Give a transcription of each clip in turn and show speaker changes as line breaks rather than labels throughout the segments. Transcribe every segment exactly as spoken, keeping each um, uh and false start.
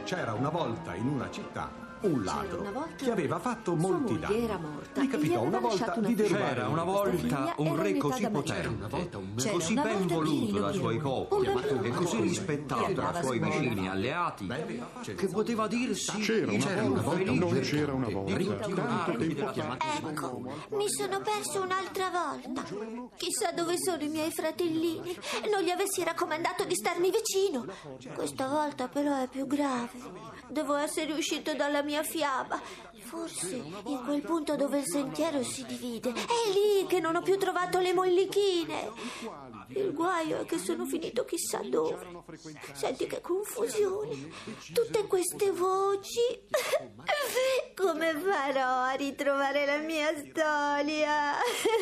C'era una volta in una città un ladro che aveva fatto molti danni.
Era morta.
Gli capitò una volta di derubare.
C'era una volta un re così potente, così ben voluto dai suoi popoli e così rispettato dai suoi vicini e alleati che poteva dirsi
c'era una volta, non c'era una volta, tanto tempo fa.
Ecco, mi sono perso un'altra volta. Chissà dove sono i miei fratellini. Non gli avessi raccomandato di starmi vicino. Questa volta però è più grave. Devo essere uscito dalla mia fiaba. Forse in quel punto dove il sentiero si divide. È lì che non ho più trovato le mollichine. Il guaio è che sono finito chissà dove. Senti che confusione. Tutte queste voci. Come farò a ritrovare la mia storia?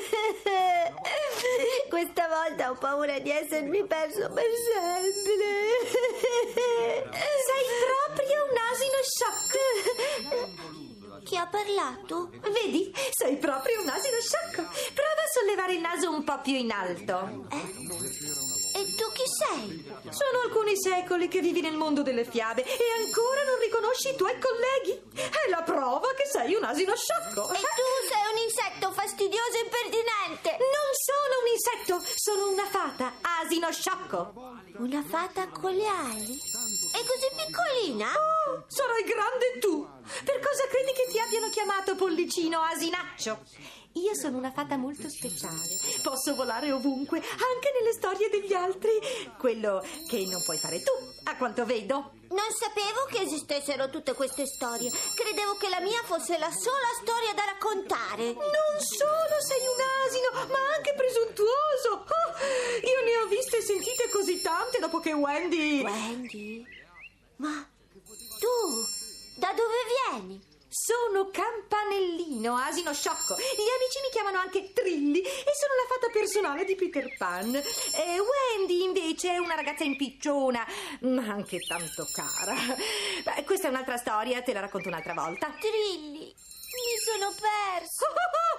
Questa volta ho paura di essermi perso per sempre.
Sei proprio un asino sciocco.
Chi ha parlato?
Vedi, sei proprio un asino sciocco. Prova a sollevare il naso un po' più in alto.
Eh? E tu chi sei?
Sono alcuni secoli che vivi nel mondo delle fiabe e ancora non riconosci i tuoi colleghi. È la prova che sei un asino sciocco.
E tu sei un insetto fastidioso e impertinente.
Non sono un insetto, sono una fata, asino sciocco.
Una fata con le ali? È così piccolina?
Oh, sarai grande tu. Per cosa credi che ti abbiano chiamato pollicino asinaccio? Io sono una fata molto speciale. Posso volare ovunque, anche nelle storie degli altri. Quello che non puoi fare tu, a quanto vedo.
Non sapevo che esistessero tutte queste storie. Credevo che la mia fosse la sola storia da raccontare.
Non solo sei un asino, ma anche presuntuoso. Oh, io ne ho viste e sentite così tante dopo che Wendy...
Wendy? Ma tu, da dove vieni?
Sono Campanellino, asino sciocco. Gli amici mi chiamano anche Trilli e sono la fata personale di Peter Pan. E Wendy invece è una ragazza impicciona, ma anche tanto cara. Beh, questa è un'altra storia, te la racconto un'altra volta.
Trilli, mi sono perso.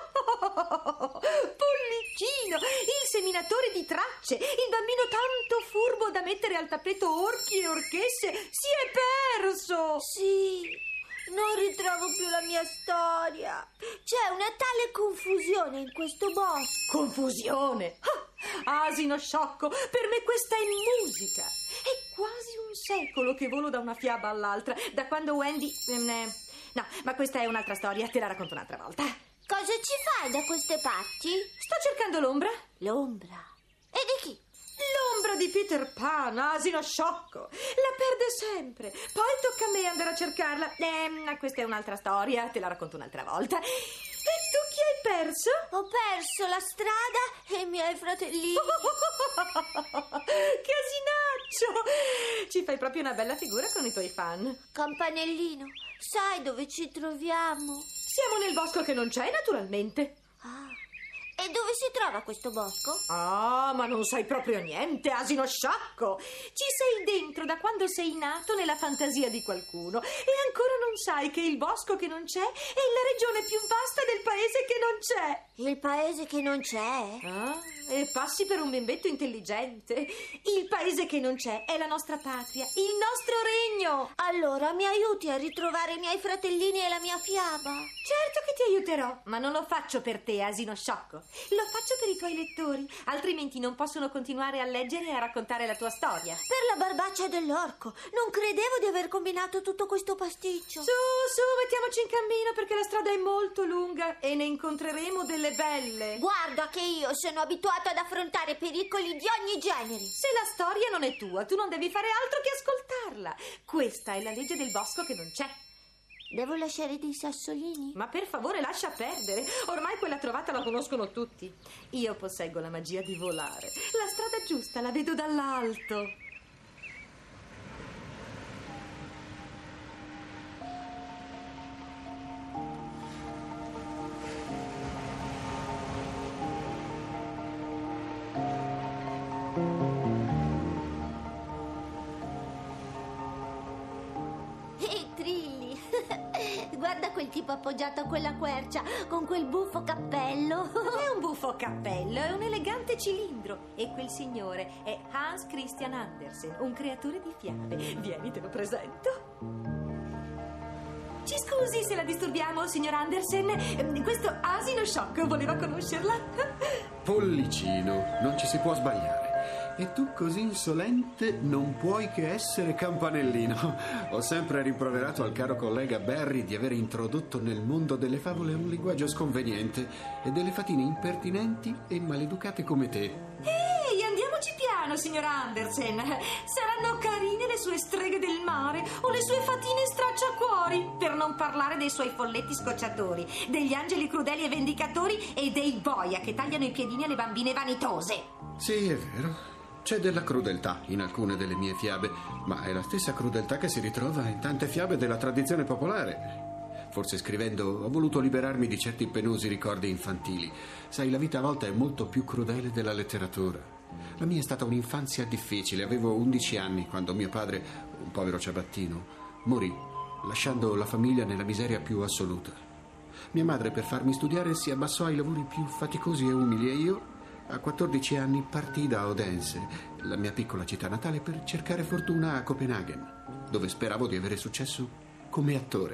Pollicino, il seminatore di tracce, il bambino tanto furbo da mettere al tappeto orchi e orchesse, si è perso.
Sì. Non ritrovo più la mia storia. C'è una tale confusione in questo bosco.
Confusione? Ah, asino sciocco, per me questa è musica. È quasi un secolo che volo da una fiaba all'altra, da quando Wendy... Ehm, no, ma questa è un'altra storia, te la racconto un'altra volta.
Cosa ci fai da queste parti?
Sto cercando l'ombra.
L'ombra? E di chi?
L'ombra di Peter Pan, asino sciocco. La perde sempre. Poi tocca a me andare a cercarla. Eh, questa è un'altra storia, te la racconto un'altra volta. E tu chi hai perso?
Ho perso la strada e i miei fratellini.
Che asinaccio! Ci fai proprio una bella figura con i tuoi fan.
Campanellino, sai dove ci troviamo?
Siamo nel bosco che non c'è, naturalmente.
Ah. E dove si trova questo bosco?
Ah, ma non sai proprio niente, asino sciocco. Ci sei dentro da quando sei nato nella fantasia di qualcuno e ancora non sai che il bosco che non c'è è la regione più vasta del paese che non c'è.
Il paese che non c'è?
Ah, e passi per un bimbetto intelligente. Il paese che non c'è è la nostra patria, il nostro regno.
Allora mi aiuti a ritrovare i miei fratellini e la mia fiaba?
Certo che ti aiuterò, ma non lo faccio per te, asino sciocco. Lo faccio per i tuoi lettori, altrimenti non possono continuare a leggere e a raccontare la tua storia.
Per la barbaccia dell'orco. Non credevo di aver combinato tutto questo pasticcio.
Su, su, mettiamoci in cammino perché la strada è molto lunga e ne incontreremo delle belle.
Guarda che io sono abituato ad affrontare pericoli di ogni genere.
Se la storia non è tua, tu non devi fare altro che ascoltarla. Questa è la legge del bosco che non c'è.
Devo lasciare dei sassolini?
Ma per favore lascia perdere. Ormai quella trovata la conoscono tutti. Io posseggo la magia di volare. La strada giusta la vedo dall'alto.
quel tipo appoggiato a quella quercia con quel buffo cappello?
Non è un buffo cappello, è un elegante cilindro. E quel signore è Hans Christian Andersen, un creatore di fiabe. Vieni, te lo presento. Ci scusi se la disturbiamo, signor Andersen. Questo asino sciocco voleva conoscerla.
Pollicino, non ci si può sbagliare. E tu così insolente non puoi che essere Campanellino. Ho sempre rimproverato al caro collega Barry di aver introdotto nel mondo delle favole un linguaggio sconveniente e delle fatine impertinenti e maleducate come te.
Ehi, andiamoci piano, signor Andersen. Saranno carine le sue streghe del mare o le sue fatine stracciacuori, per non parlare dei suoi folletti scocciatori, degli angeli crudeli e vendicatori e dei boia che tagliano i piedini alle bambine vanitose.
Sì, è vero. C'è della crudeltà in alcune delle mie fiabe, ma è la stessa crudeltà che si ritrova in tante fiabe della tradizione popolare. Forse scrivendo ho voluto liberarmi di certi penosi ricordi infantili. Sai, la vita a volte è molto più crudele della letteratura. La mia è stata un'infanzia difficile. Avevo undici anni quando mio padre, un povero ciabattino, morì, lasciando la famiglia nella miseria più assoluta. Mia madre, per farmi studiare, si abbassò ai lavori più faticosi e umili e io, a quattordici anni, partii da Odense, la mia piccola città natale, per cercare fortuna a Copenaghen, dove speravo di avere successo come attore.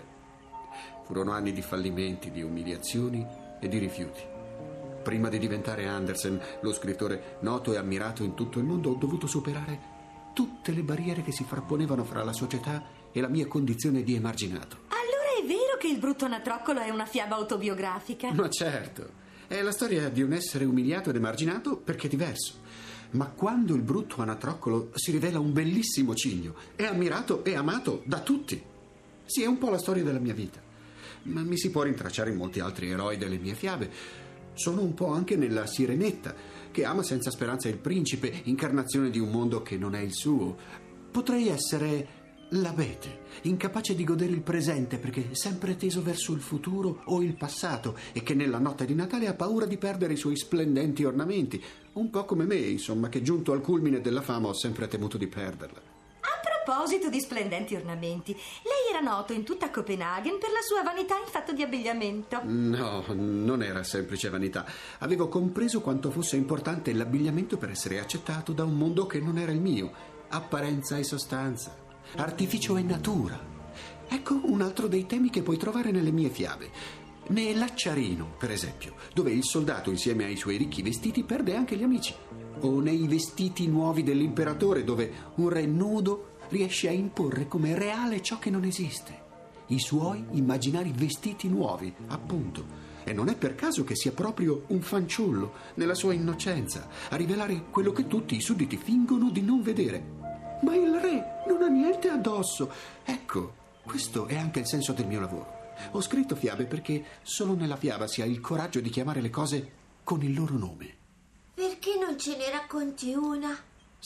Furono anni di fallimenti, di umiliazioni e di rifiuti. Prima di diventare Andersen, lo scrittore noto e ammirato in tutto il mondo, ho dovuto superare tutte le barriere che si frapponevano fra la società e la mia condizione di emarginato.
Allora è vero che Il brutto anatroccolo è una fiaba autobiografica?
Ma certo. È la storia di un essere umiliato ed emarginato perché diverso. Ma quando il brutto anatroccolo si rivela un bellissimo cigno, è ammirato e amato da tutti. Sì, è un po' la storia della mia vita. Ma mi si può rintracciare in molti altri eroi delle mie fiabe. Sono un po' anche nella Sirenetta, che ama senza speranza il principe, incarnazione di un mondo che non è il suo. Potrei essere l'abete, incapace di godere il presente perché è sempre teso verso il futuro o il passato e che nella notte di Natale ha paura di perdere i suoi splendenti ornamenti. Un po' come me, insomma, che giunto al culmine della fama ho sempre temuto di perderla.
A proposito di splendenti ornamenti, lei era noto in tutta Copenaghen per la sua vanità in fatto di abbigliamento.
No, non era semplice vanità. Avevo compreso quanto fosse importante l'abbigliamento per essere accettato da un mondo che non era il mio. Apparenza e sostanza, artificio e natura. Ecco un altro dei temi che puoi trovare nelle mie fiabe. Nell'Acciarino, per esempio, dove il soldato insieme ai suoi ricchi vestiti perde anche gli amici. O nei Vestiti nuovi dell'imperatore, dove un re nudo riesce a imporre come reale ciò che non esiste. I suoi immaginari vestiti nuovi, appunto. E non è per caso che sia proprio un fanciullo, nella sua innocenza, a rivelare quello che tutti i sudditi fingono di non vedere. Ma il re non ha niente addosso. Ecco, questo è anche il senso del mio lavoro. Ho scritto fiabe perché solo nella fiaba si ha il coraggio di chiamare le cose con il loro nome.
Perché non ce ne racconti una?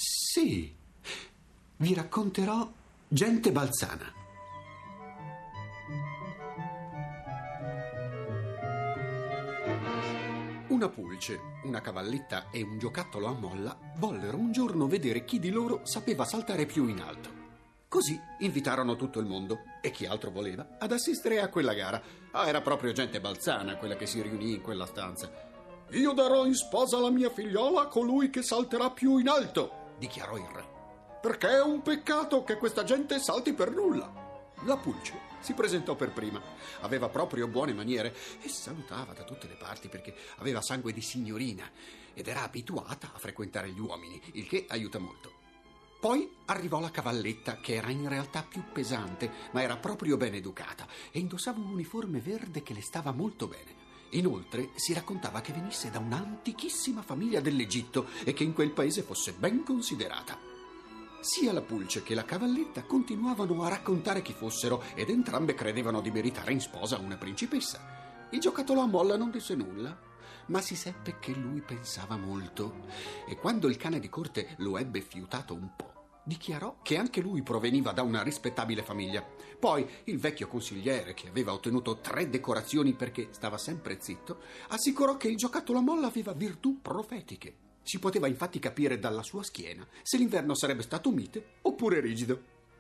Sì, vi racconterò Gente Balzana. Una pulce, una cavalletta e un giocattolo a molla vollero un giorno vedere chi di loro sapeva saltare più in alto. Così invitarono tutto il mondo, e chi altro voleva, ad assistere a quella gara. Ah, era proprio gente balzana quella che si riunì in quella stanza. «Io darò in sposa la mia figliola a colui che salterà più in alto», dichiarò il re, «perché è un peccato che questa gente salti per nulla». La pulce si presentò per prima. Aveva proprio buone maniere e salutava da tutte le parti perché aveva sangue di signorina ed era abituata a frequentare gli uomini, il che aiuta molto. Poi arrivò la cavalletta, che era in realtà più pesante, ma era proprio ben educata e indossava un uniforme verde che le stava molto bene. Inoltre si raccontava che venisse da un'antichissima famiglia dell'Egitto e che in quel paese fosse ben considerata. Sia la pulce che la cavalletta continuavano a raccontare chi fossero ed entrambe credevano di meritare in sposa una principessa. Il giocattolo a molla non disse nulla, ma si seppe che lui pensava molto e quando il cane di corte lo ebbe fiutato un po', dichiarò che anche lui proveniva da una rispettabile famiglia. Poi il vecchio consigliere, che aveva ottenuto tre decorazioni perché stava sempre zitto, assicurò che il giocattolo a molla aveva virtù profetiche. Si poteva infatti capire dalla sua schiena se l'inverno sarebbe stato mite oppure rigido.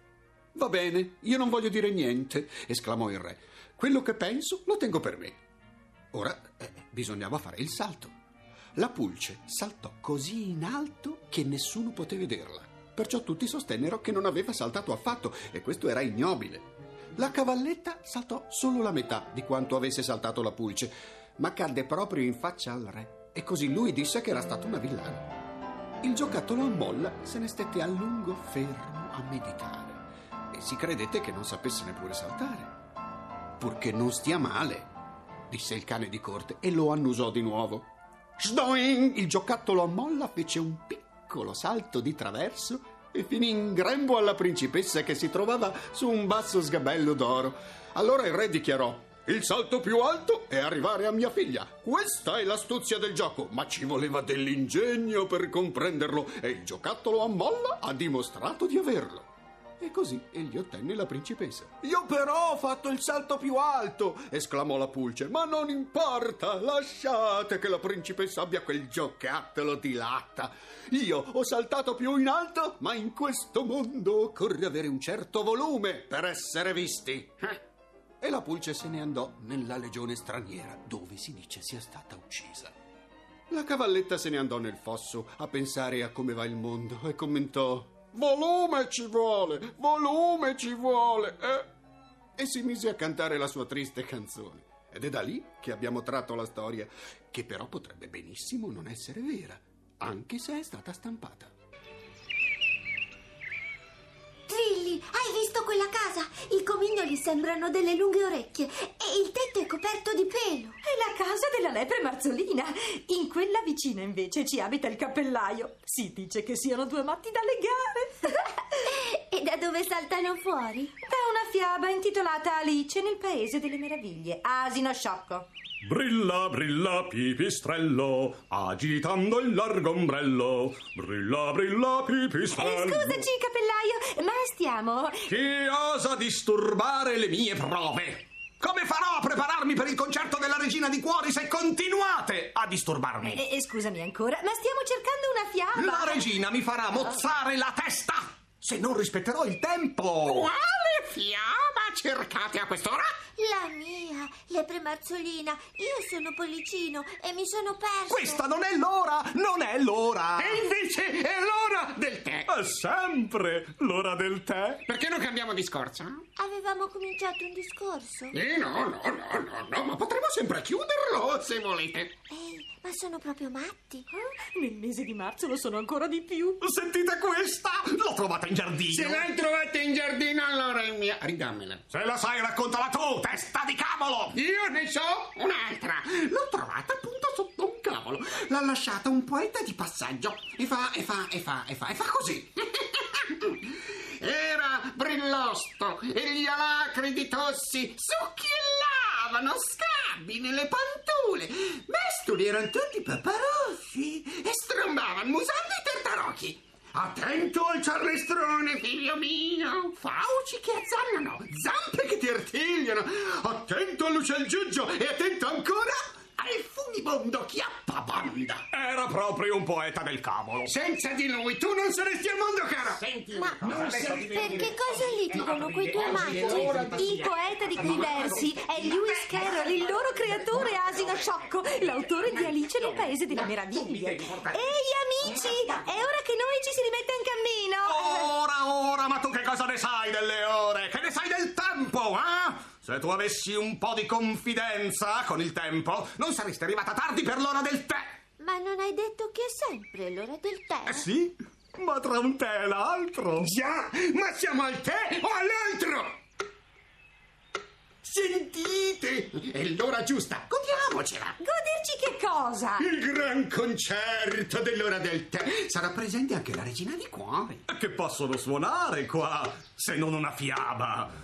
Va bene, io non voglio dire niente, esclamò il re. Quello che penso lo tengo per me. Ora eh, bisognava fare il salto. La pulce saltò così in alto che nessuno poté vederla. Perciò tutti sostennero che non aveva saltato affatto, e questo era ignobile. La cavalletta saltò solo la metà di quanto avesse saltato la pulce, ma cadde proprio in faccia al re, e così lui disse che era stata una villana. Il giocattolo a molla se ne stette a lungo fermo a meditare, e si credette che non sapesse neppure saltare. Purché non stia male, disse il cane di corte, e lo annusò di nuovo. Sdoing! Il giocattolo a molla fece un piccolo salto di traverso e finì in grembo alla principessa, che si trovava su un basso sgabello d'oro. Allora il re dichiarò: il salto più alto è arrivare a mia figlia. Questa è l'astuzia del gioco, ma ci voleva dell'ingegno per comprenderlo, e il giocattolo a molla ha dimostrato di averlo. E così egli ottenne la principessa. Io però ho fatto il salto più alto, esclamò la pulce, ma non importa, lasciate che la principessa abbia quel giocattolo di latta. Io ho saltato più in alto, ma in questo mondo occorre avere un certo volume per essere visti. E la pulce se ne andò nella legione straniera, dove si dice sia stata uccisa. La cavalletta se ne andò nel fosso a pensare a come va il mondo e commentò: volume ci vuole, volume ci vuole, eh? E si mise a cantare la sua triste canzone. Ed è da lì che abbiamo tratto la storia, che però potrebbe benissimo non essere vera, anche se è stata stampata.
Trilli, hai visto quella casa? I comignoli sembrano delle lunghe orecchie e il tetto è coperto di pelo.
È la casa della lepre Marzolina. In quella vicina invece ci abita il cappellaio. Si dice che siano due matti da legare.
E da dove saltano fuori?
Da una fiaba intitolata Alice nel Paese delle Meraviglie. Asino sciocco.
Brilla, brilla, pipistrello, agitando il largo ombrello. Brilla, brilla, pipistrello.
Eh, scusaci, cappellaio, ma stiamo...
Chi osa disturbare le mie prove? Come farò a prepararmi per il concerto della Regina di Cuori se continuate a disturbarmi?
Eh, eh, scusami ancora, ma stiamo cercando una fiaba.
La regina mi farà mozzare la testa se non rispetterò il tempo.
Quale fiaba cercate a quest'ora?
La mia, lepre Marzolina. Io sono Pollicino e mi sono perso.
Questa non è l'ora, non è l'ora.
E invece è l'ora del tè.
È sempre l'ora del tè.
Perché non cambiamo discorso?
Avevamo cominciato un discorso.
Eh, no, no, no, no, no, ma potremo sempre chiuderlo se volete.
Ehi, ma sono proprio matti.
Ah, nel mese di marzo lo sono ancora di più.
Sentite questa? L'ho trovata in giardino.
Se l'hai trovata in giardino, allora è mia. Ridammela.
Se la sai, raccontala tu, testa di cavolo!
Io ne so un'altra. L'ho trovata appunto sotto un cavolo. L'ha lasciata un poeta di passaggio. E fa, e fa, e fa, e fa, e fa così. Era brillosto e gli alacri tossi succhiellavano scabbi nelle pantule. Mestoli erano tutti paparossi e strombavano musando i tartarocchi. Attento al ciarlestrone, figlio mio! Fauci che azzannano, zampe che ti artigliano. Attento all'uccelgiuggio e attento ancora al furibondo chiappabanda.
Era proprio un poeta del cavolo.
Senza di lui tu non saresti al mondo, caro.
Senti,
Ma per che cosa litigano quei due matti?
Il poeta di quei versi è Lewis Carroll, il loro creatore Asino sciocco, l'autore di Alice nel Paese delle Meraviglie. Ehi amici, è ora che noi ci si rimetta in cammino.
Ora, ora, ma tu che cosa ne sai delle ore? Che ne sai del tempo, eh? Se tu avessi un po' di confidenza con il tempo, non saresti arrivata tardi per l'ora del tè.
Ma non hai detto che è sempre l'ora del tè?
Eh sì, ma tra un tè e l'altro.
Già, ma siamo al tè o all'altro? Sentite, è l'ora giusta, godiamocela.
Goderci che cosa?
Il gran concerto dell'ora del tè. Sarà presente anche la Regina di Cuori.
Che possono suonare qua, se non una fiaba?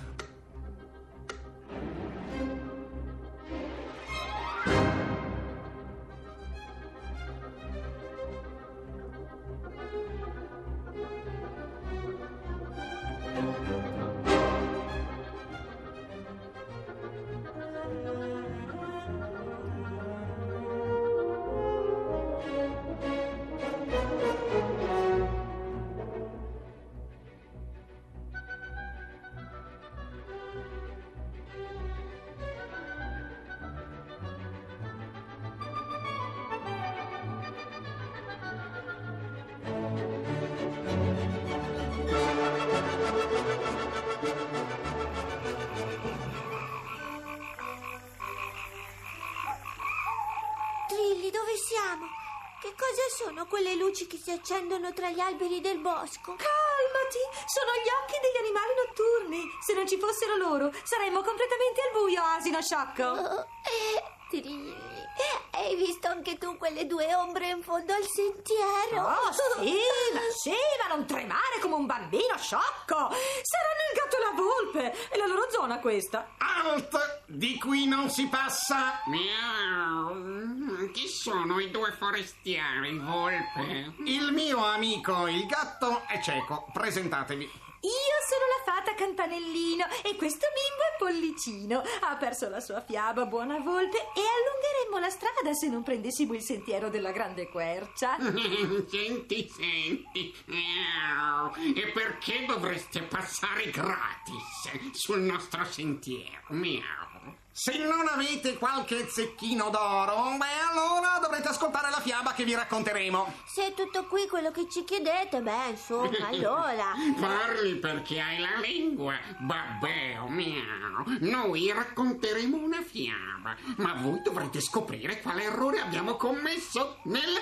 Dove siamo? Che cosa sono quelle luci che si accendono tra gli alberi del bosco?
Calmati, sono gli occhi degli animali notturni. Se non ci fossero loro, saremmo completamente al buio, asino sciocco.
Oh, eh, Trilli, hai visto anche tu quelle due ombre in fondo al sentiero?
Oh, sì, ma sì, ma non tremare come un bambino sciocco. Saranno il gatto e la volpe. È la loro zona questa.
Alt! Di qui non si passa!
Miau! Chi sono i due forestieri, volpe?
Il mio amico, il gatto, è cieco. Presentatevi.
Io sono la fata Campanellino e questo bimbo è Pollicino. Ha perso la sua fiaba, buona volpe, e allungheremmo la strada se non prendessimo il sentiero della grande quercia.
Senti, senti. Miau. E perché dovreste passare gratis sul nostro sentiero? Miau.
Se non avete qualche zecchino d'oro, beh, allora dovrete ascoltare la fiaba che vi racconteremo.
Se è tutto qui quello che ci chiedete, beh, insomma, allora...
Parli perché hai la lingua, babbeo, miau. Noi racconteremo una fiaba, ma voi dovrete scoprire quale errore abbiamo commesso nel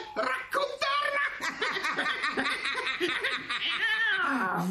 raccontarla.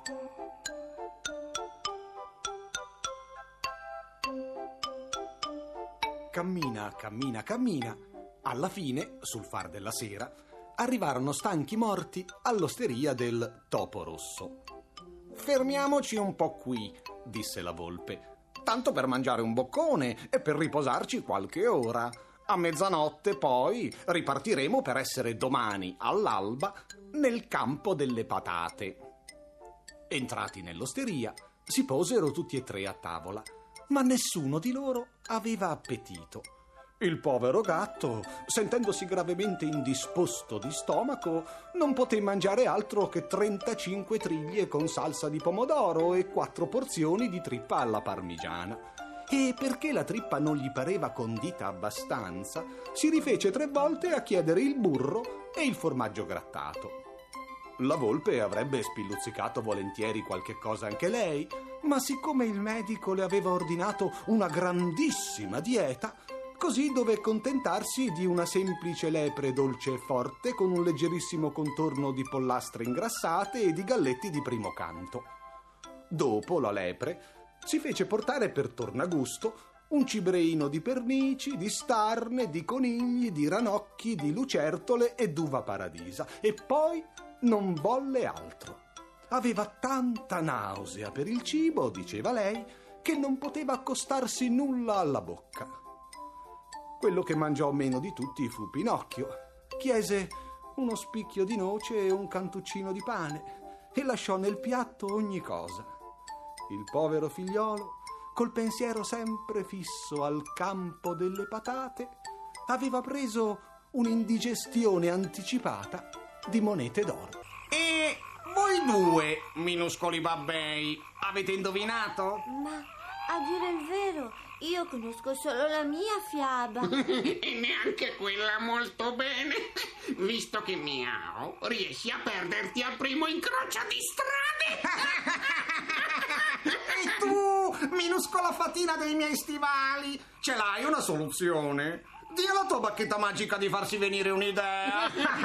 Cammina, cammina, cammina. Alla fine, sul far della sera, arrivarono stanchi morti all'osteria del Topo Rosso. «Fermiamoci un po' qui», disse la volpe, «tanto per mangiare un boccone e per riposarci qualche ora. A mezzanotte poi ripartiremo per essere domani all'alba nel campo delle patate». Entrati nell'osteria, si posero tutti e tre a tavola, ma nessuno di loro aveva appetito. Il povero gatto, sentendosi gravemente indisposto di stomaco, non poté mangiare altro che trentacinque triglie con salsa di pomodoro e quattro porzioni di trippa alla parmigiana. E perché la trippa non gli pareva condita abbastanza, si rifece tre volte a chiedere il burro e il formaggio grattato. La volpe avrebbe spilluzzicato volentieri qualche cosa anche lei, ma siccome il medico le aveva ordinato una grandissima dieta, così dové contentarsi di una semplice lepre dolce e forte con un leggerissimo contorno di pollastre ingrassate e di galletti di primo canto. Dopo la lepre si fece portare per tornagusto un cibreino di pernici, di starne, di conigli, di ranocchi, di lucertole e d'uva paradisa, e poi non volle altro. Aveva tanta nausea per il cibo, diceva lei, che non poteva accostarsi nulla alla bocca. Quello che mangiò meno di tutti fu Pinocchio. Chiese uno spicchio di noce e un cantuccino di pane e lasciò nel piatto ogni cosa. Il povero figliolo, col pensiero sempre fisso al campo delle patate, aveva preso un'indigestione anticipata di monete d'oro.
E voi due, minuscoli babbei, avete indovinato?
Ma a dire il vero, io conosco solo la mia fiaba.
E neanche quella molto bene, visto che miau, riesci a perderti al primo incrocio di strade.
E tu, minuscola fatina dei miei stivali, ce l'hai una soluzione? Dì alla tua bacchetta magica di farsi venire un'idea.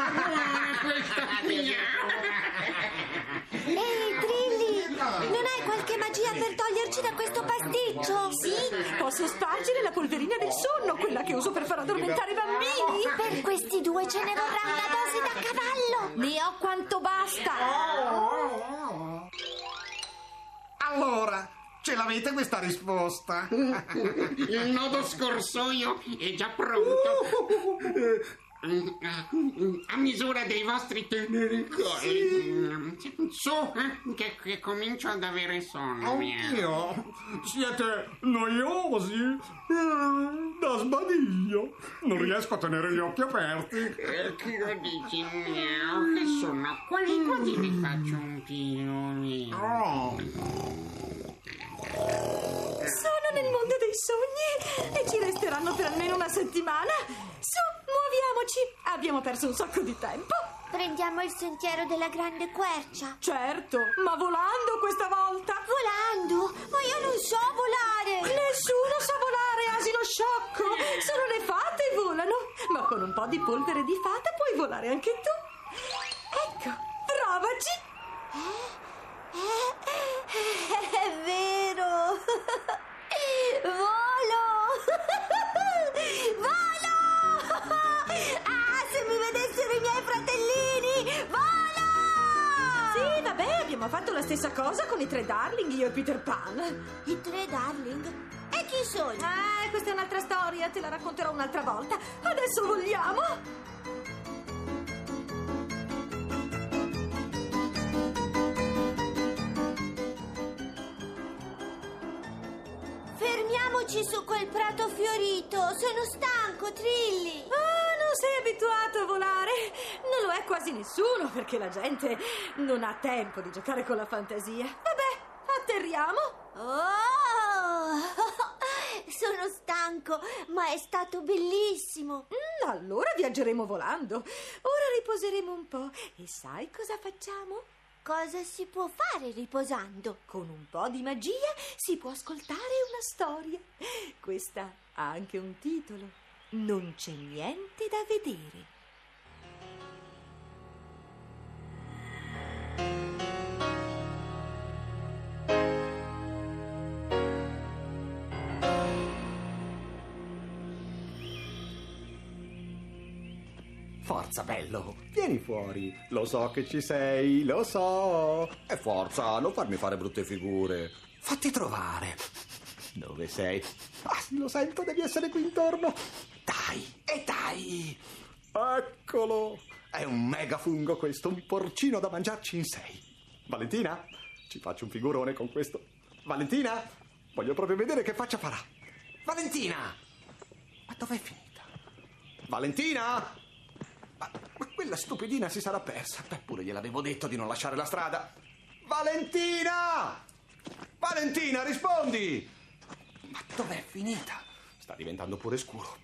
Ehi, Trilli, non hai qualche magia per toglierci da questo pasticcio?
Sì, posso spargere la polverina del sonno, quella che uso per far addormentare i bambini.
Per questi due ce ne vorrà una dose da cavallo.
Ne ho quanto basta.
Allora, ce l'avete questa risposta?
Il nodo scorsoio è già pronto. A misura dei vostri teneri colli. Su, eh, che, che comincio ad avere sonno.
Anch'io. Siete noiosi? Eh, da sbadiglio. Non riesco a tenere gli occhi aperti.
Eh, che lo dici, miau? Che sono quasi quasi mi faccio un pione.
Oh.
Sono nel mondo dei sogni e ci resteranno per almeno una settimana. Su, muoviamoci. Abbiamo perso un sacco di tempo.
Prendiamo il sentiero della grande quercia.
Certo, ma volando questa volta.
Volando? Ma io non so volare.
Nessuno sa volare, asino sciocco. Solo le fate volano. Ma con un po' di polvere di fata puoi volare anche tu. Ecco, provaci.
È vero. Volo. Volo. Ah, se mi vedessero i miei fratellini. Volo.
Sì, vabbè, abbiamo fatto la stessa cosa con i tre Darling, io e Peter Pan.
I tre Darling? E chi sono?
Eh, questa è un'altra storia, te la racconterò un'altra volta. Adesso vogliamo?
Fermiamoci su quel prato fiorito. Sono stanco, Trilli.
Ah, non sei abituato a volare? Non lo è quasi nessuno, perché la gente non ha tempo di giocare con la fantasia. Vabbè, atterriamo.
Oh! Sono stanco, ma è stato bellissimo.
Mm, allora viaggeremo volando. Ora riposeremo un po'. E sai cosa facciamo?
Cosa si può fare riposando?
Con un po' di magia si può ascoltare una storia. Questa ha anche un titolo. Non c'è niente da vedere.
Forza, bello, vieni fuori. Lo so che ci sei, lo so. E forza, non farmi fare brutte figure. Fatti trovare. Dove sei? Ah, lo sento, devi essere qui intorno. Dai, e dai. Eccolo. È un mega fungo questo, un porcino da mangiarci in sei. Valentina, ci faccio un figurone con questo. Valentina, voglio proprio vedere che faccia farà. Valentina! Ma dov'è finita? Valentina! Ma, ma quella stupidina si sarà persa. Eppure gliel'avevo detto di non lasciare la strada. Valentina! Valentina, rispondi! Ma dov'è finita? Sta diventando pure scuro.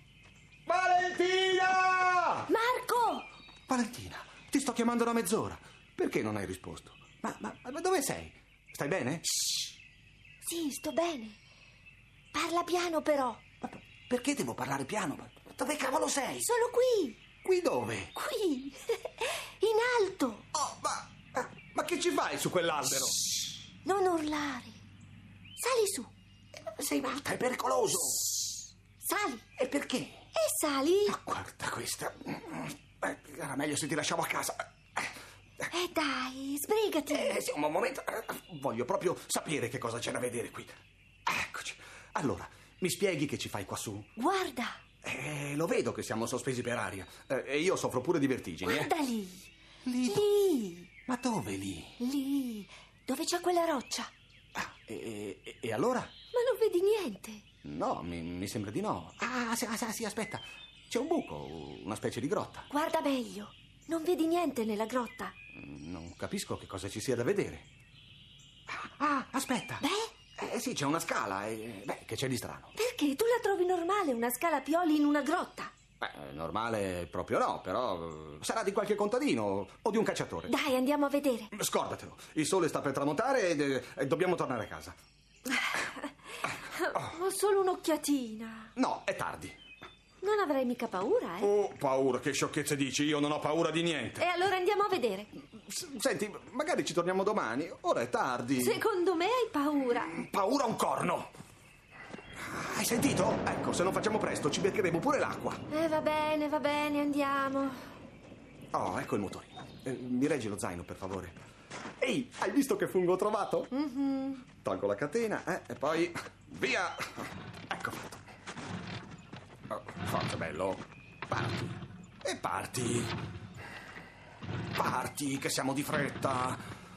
Valentina!
Marco!
Valentina, ti sto chiamando da mezz'ora. Perché non hai risposto? Ma, ma, ma dove sei? Stai bene?
Shh. Sì, sto bene. Parla piano però.
Ma perché devo parlare piano? Dove cavolo sei?
Sono qui.
Qui dove?
Qui, in alto.
Oh, ma, ma che ci fai su quell'albero?
Shh, non urlare. Sali su.
Sei alta, è pericoloso.
Shh, sali.
E perché?
E sali.
Ma guarda questa. Eh, era meglio se ti lasciavo a casa.
Eh dai, sbrigati.
Eh sì, un momento. Voglio proprio sapere che cosa c'è da vedere qui. Eccoci. Allora, mi spieghi che ci fai qua su?
Guarda.
Eh, lo vedo che siamo sospesi per aria. Eh, e io soffro pure di vertigini.
Guarda
eh.
lì.
Lì.
Lì.
Ma dove lì?
Lì, dove c'è quella roccia.
Ah, e, e, e allora?
Ma non vedi niente?
No, mi, mi sembra di no. Ah, sì, ah, sì, aspetta. C'è un buco, una specie di grotta.
Guarda meglio. Non vedi niente nella grotta?
Non capisco che cosa ci sia da vedere. Ah, ah aspetta.
Beh?
Eh sì, c'è una scala. E, beh, che c'è di strano?
Perché? Tu la trovi normale una scala a pioli in una grotta?
Beh, normale proprio no, però sarà di qualche contadino o di un cacciatore.
Dai, andiamo a vedere.
Scordatelo. Il sole sta per tramontare e, e dobbiamo tornare a casa.
Ho solo un'occhiatina.
No, è tardi.
Non avrai mica paura, eh?
Oh, paura, che sciocchezze dici? Io non ho paura di niente.
E allora andiamo a vedere.
S- senti, magari ci torniamo domani. Ora è tardi.
Secondo me hai paura.
Paura un corno. Hai sentito? Ecco, se non facciamo presto ci beccheremo pure l'acqua.
Eh, va bene, va bene, andiamo.
Oh, ecco il motorino. Eh, mi reggi lo zaino, per favore. Ehi, hai visto che fungo ho trovato?
Mm-hmm.
Tolgo la catena, eh, e poi via. Ecco fatto. Oh, forza, bello. Parti. E parti. Parti, che siamo di fretta.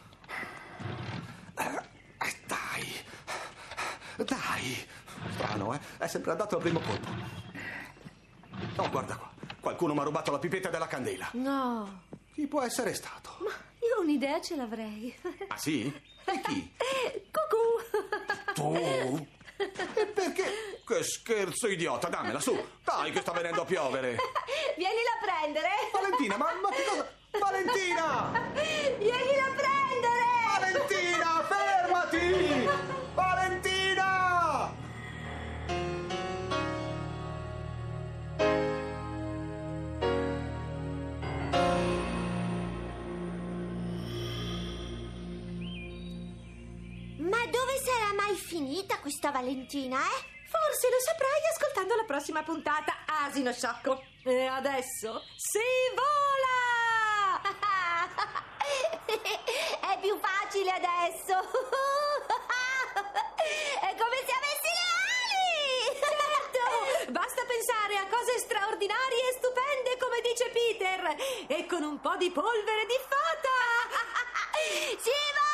Eh, dai. Dai. Strano, eh? È sempre andato al primo colpo. Oh, guarda qua. Qualcuno mi ha rubato la pipetta della candela.
No.
Chi può essere stato?
Ma io un'idea ce l'avrei.
Ah, sì? E chi?
Cucù.
Tu? E perché? Che scherzo idiota, dammela su. Dai che sta venendo a piovere.
Vienila a prendere.
Valentina, ma, ma che cosa? Valentina!
Vienila a prendere.
Valentina, fermati! Valentina!
mai finita questa Valentina, eh?
Forse lo saprai ascoltando la prossima puntata, asino sciocco. E adesso si vola!
È più facile adesso. È come se avessi le ali!
Certo! Basta pensare a cose straordinarie e stupende, come dice Peter, e con un po' di polvere di fata!
Si vola!